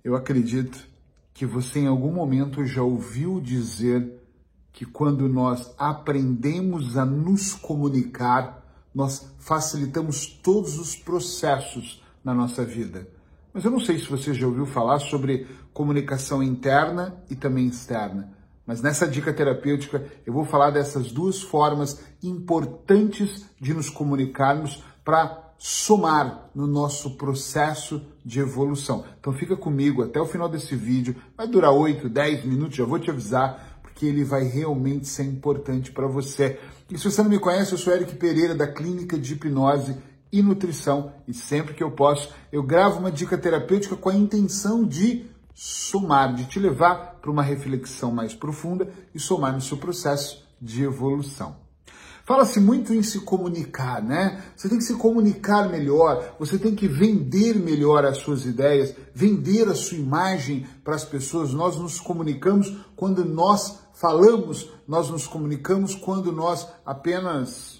Eu acredito que você em algum momento já ouviu dizer que quando nós aprendemos a nos comunicar, nós facilitamos todos os processos na nossa vida. Mas eu não sei se você já ouviu falar sobre comunicação interna e também externa. Mas nessa dica terapêutica eu vou falar dessas duas formas importantes de nos comunicarmos para somar no nosso processo de evolução. Então fica comigo até o final desse vídeo, vai durar 8, 10 minutos, já vou te avisar, porque ele vai realmente ser importante para você. E se você não me conhece, eu sou Eric Pereira, da Clínica de Hipnose e Nutrição, e sempre que eu posso, eu gravo uma dica terapêutica com a intenção de somar, de te levar para uma reflexão mais profunda e somar no seu processo de evolução. Fala-se muito em se comunicar, né? Você tem que se comunicar melhor, você tem que vender melhor as suas ideias, vender a sua imagem para as pessoas. Nós nos comunicamos quando nós falamos, nós nos comunicamos quando nós apenas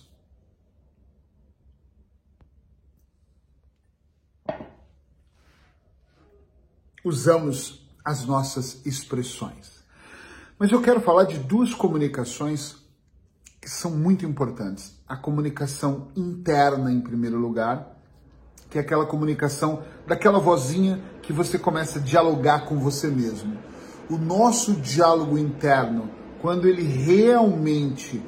usamos as nossas expressões. Mas eu quero falar de duas comunicações que são muito importantes. A comunicação interna, em primeiro lugar, que é aquela comunicação daquela vozinha que você começa a dialogar com você mesmo. O nosso diálogo interno, quando ele realmente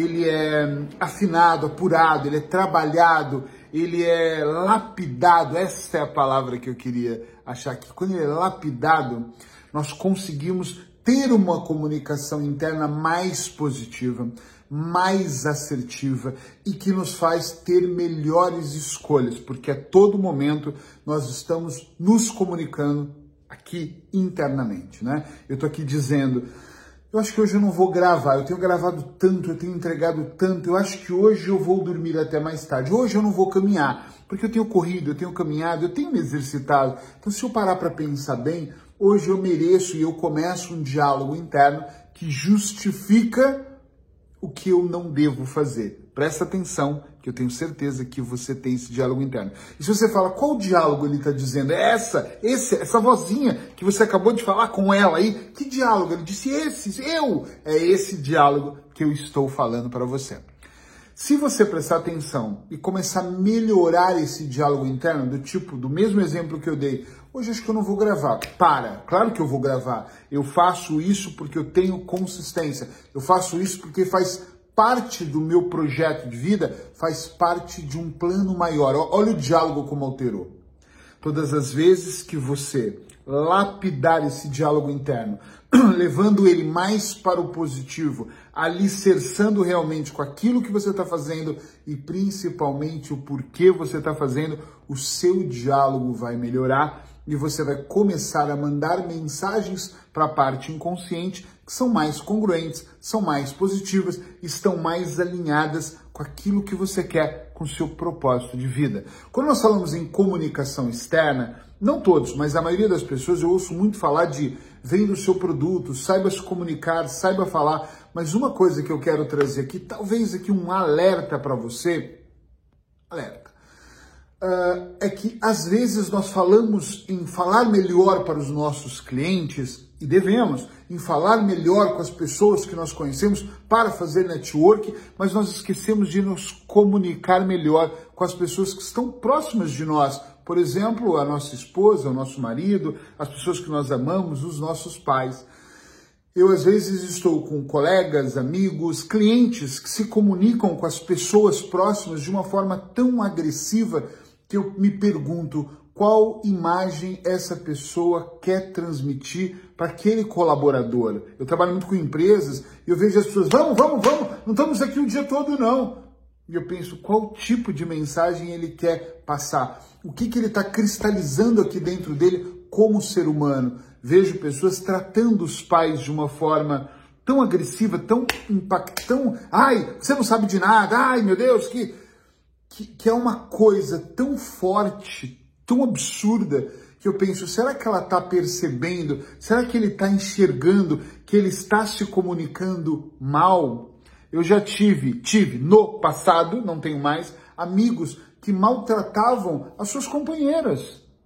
é afinado, apurado, ele é trabalhado, ele é lapidado, essa é a palavra que eu queria achar aqui. Quando ele é lapidado, nós conseguimos ter uma comunicação interna mais positiva, mais assertiva e que nos faz ter melhores escolhas, porque a todo momento nós estamos nos comunicando aqui internamente, né? Eu tô aqui dizendo, eu acho que hoje eu não vou gravar, eu tenho gravado tanto, eu tenho entregado tanto, eu acho que hoje eu vou dormir até mais tarde, hoje eu não vou caminhar, porque eu tenho corrido, eu tenho caminhado, eu tenho me exercitado. Então, se eu parar para pensar bem, hoje eu mereço e eu começo um diálogo interno que justifica o que eu não devo fazer. Presta atenção, que eu tenho certeza que você tem esse diálogo interno. E se você fala, qual diálogo ele está dizendo? É essa vozinha que você acabou de falar com ela aí? Que diálogo? Ele disse é esse diálogo que eu estou falando para você. Se você prestar atenção e começar a melhorar esse diálogo interno, do mesmo exemplo que eu dei, hoje acho que eu não vou gravar. Claro que eu vou gravar. Eu faço isso porque eu tenho consistência. Eu faço isso porque faz parte do meu projeto de vida, faz parte de um plano maior. Olha o diálogo como alterou. Todas as vezes que você lapidar esse diálogo interno, levando ele mais para o positivo, alicerçando realmente com aquilo que você está fazendo e principalmente o porquê você está fazendo, o seu diálogo vai melhorar e você vai começar a mandar mensagens para a parte inconsciente que são mais congruentes, são mais positivas, estão mais alinhadas com aquilo que você quer, com o seu propósito de vida. Quando nós falamos em comunicação externa, não todos, mas a maioria das pessoas, eu ouço muito falar de venda o seu produto, saiba se comunicar, saiba falar, mas uma coisa que eu quero trazer aqui, talvez aqui um alerta para você, é que às vezes nós falamos em falar melhor para os nossos clientes, e devemos, em falar melhor com as pessoas que nós conhecemos para fazer network, mas nós esquecemos de nos comunicar melhor com as pessoas que estão próximas de nós. Por exemplo, a nossa esposa, o nosso marido, as pessoas que nós amamos, os nossos pais. Eu, às vezes, estou com colegas, amigos, clientes que se comunicam com as pessoas próximas de uma forma tão agressiva que eu me pergunto qual imagem essa pessoa quer transmitir para aquele colaborador. Eu trabalho muito com empresas e eu vejo as pessoas, vamos, não estamos aqui o dia todo, não. E eu penso, qual tipo de mensagem ele quer passar? O que ele está cristalizando aqui dentro dele como ser humano? Vejo pessoas tratando os pais de uma forma tão agressiva, tão impactante. Ai, você não sabe de nada. Ai, meu Deus, que é uma coisa tão forte, tão absurda, que eu penso, será que ela está percebendo? Será que ele está enxergando que ele está se comunicando mal? Eu já tive no passado, não tenho mais, amigos que maltratavam as suas companheiras.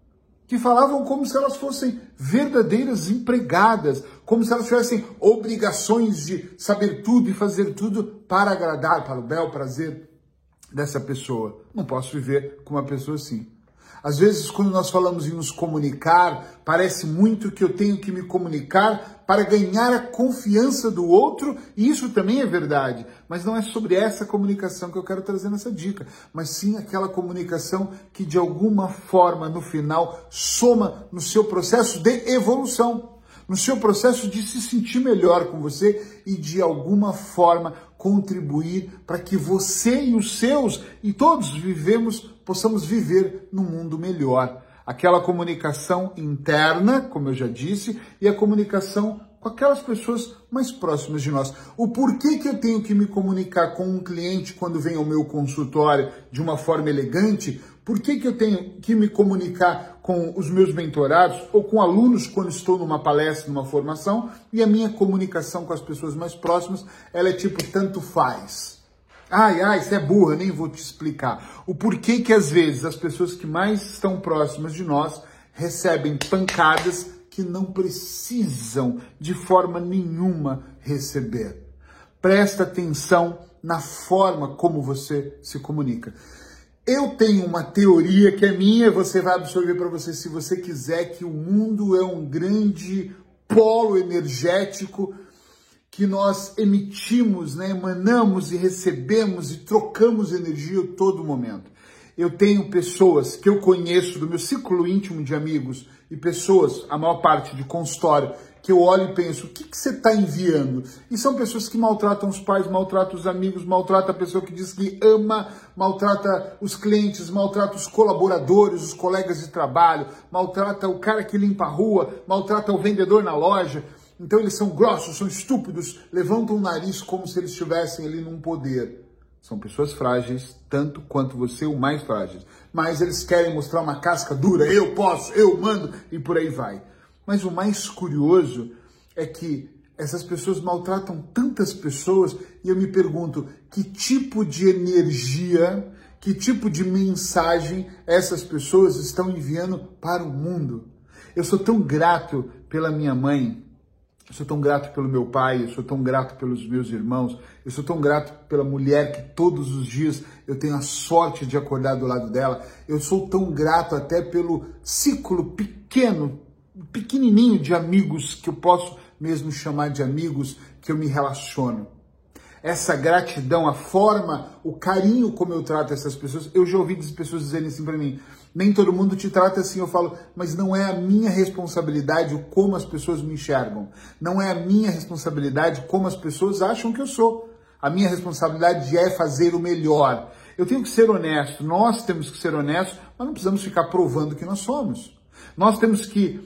que falavam como se elas fossem verdadeiras empregadas, como se elas tivessem obrigações de saber tudo e fazer tudo para agradar, para o bel prazer dessa pessoa. Não posso viver com uma pessoa assim. Às vezes, quando nós falamos em nos comunicar, parece muito que eu tenho que me comunicar para ganhar a confiança do outro, e isso também é verdade, mas não é sobre essa comunicação que eu quero trazer nessa dica, mas sim aquela comunicação que de alguma forma, no final, soma no seu processo de evolução, no seu processo de se sentir melhor com você e de alguma forma contribuir para que você e os seus e todos possamos viver num mundo melhor. Aquela comunicação interna, como eu já disse, e a comunicação com aquelas pessoas mais próximas de nós. O porquê que eu tenho que me comunicar com um cliente quando vem ao meu consultório de uma forma elegante? Por que eu tenho que me comunicar com os meus mentorados ou com alunos quando estou numa palestra, numa formação? E a minha comunicação com as pessoas mais próximas, ela é tipo tanto faz. Você é burra, nem vou te explicar. O porquê que às vezes as pessoas que mais estão próximas de nós recebem pancadas que não precisam de forma nenhuma receber. Presta atenção na forma como você se comunica. Eu tenho uma teoria que é minha, você vai absorver para você se você quiser, que o mundo é um grande polo energético que nós emitimos, emanamos e recebemos e trocamos energia a todo momento. Eu tenho pessoas que eu conheço do meu círculo íntimo de amigos e pessoas, a maior parte de consultório, que eu olho e penso, o que você está enviando? E são pessoas que maltratam os pais, maltratam os amigos, maltratam a pessoa que diz que ama, maltrata os clientes, maltrata os colaboradores, os colegas de trabalho, maltrata o cara que limpa a rua, maltrata o vendedor na loja. Então eles são grossos, são estúpidos, levantam o nariz como se eles estivessem ali num poder. São pessoas frágeis, tanto quanto você, ou mais frágeis. Mas eles querem mostrar uma casca dura, eu posso, eu mando, e por aí vai. Mas o mais curioso é que essas pessoas maltratam tantas pessoas e eu me pergunto que tipo de energia, que tipo de mensagem essas pessoas estão enviando para o mundo. Eu sou tão grato pela minha mãe, eu sou tão grato pelo meu pai, eu sou tão grato pelos meus irmãos, eu sou tão grato pela mulher que todos os dias eu tenho a sorte de acordar do lado dela, eu sou tão grato até pelo ciclo pequenininho de amigos que eu posso mesmo chamar de amigos que eu me relaciono. Essa gratidão, a forma, o carinho como eu trato essas pessoas, eu já ouvi das pessoas dizerem assim para mim, nem todo mundo te trata assim, eu falo, mas não é a minha responsabilidade o como as pessoas me enxergam, não é a minha responsabilidade como as pessoas acham que eu sou, a minha responsabilidade é fazer o melhor. Eu tenho que ser honesto, nós temos que ser honestos, mas não precisamos ficar provando que nós somos. Nós temos que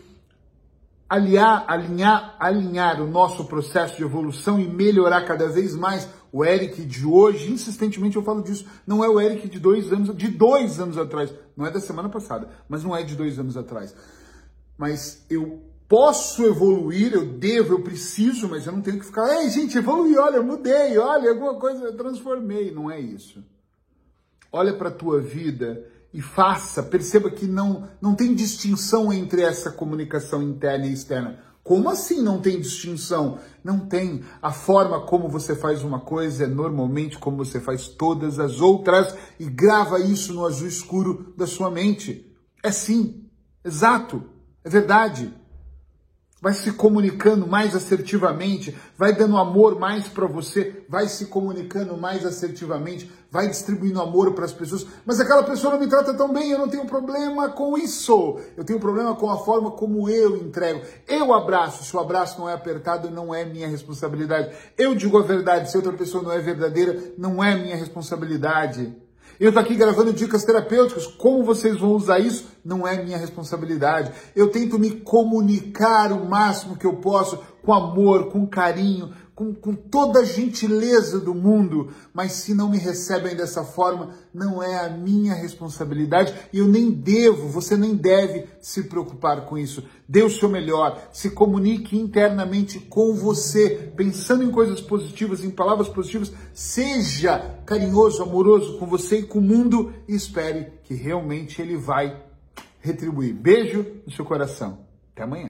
alinhar o nosso processo de evolução e melhorar cada vez mais. O Eric de hoje, insistentemente eu falo disso, não é o Eric de 2 anos atrás, não é da semana passada, mas não é de 2 anos atrás. Mas eu posso evoluir, eu devo, eu preciso, mas eu não tenho que ficar, ei gente, evolui, olha, eu mudei, olha, alguma coisa eu transformei, não é isso. Olha para a tua vida e perceba que não tem distinção entre essa comunicação interna e externa. Como assim não tem distinção? Não tem. A forma como você faz uma coisa é normalmente como você faz todas as outras e grava isso no azul escuro da sua mente. É sim, exato, é verdade. Vai se comunicando mais assertivamente, vai dando amor mais para você, vai se comunicando mais assertivamente, vai distribuindo amor para as pessoas, mas aquela pessoa não me trata tão bem, eu não tenho problema com isso, eu tenho problema com a forma como eu entrego. Eu abraço, se o abraço não é apertado, não é minha responsabilidade. Eu digo a verdade, se outra pessoa não é verdadeira, não é minha responsabilidade. Eu estou aqui gravando dicas terapêuticas, como vocês vão usar isso não é minha responsabilidade. Eu tento me comunicar o máximo que eu posso, com amor, com carinho, com toda a gentileza do mundo, mas se não me recebem dessa forma, não é a minha responsabilidade e eu nem devo, você nem deve se preocupar com isso. Dê o seu melhor, se comunique internamente com você, pensando em coisas positivas, em palavras positivas, seja carinhoso, amoroso com você e com o mundo e espere que realmente ele vai retribuir. Beijo no seu coração. Até amanhã.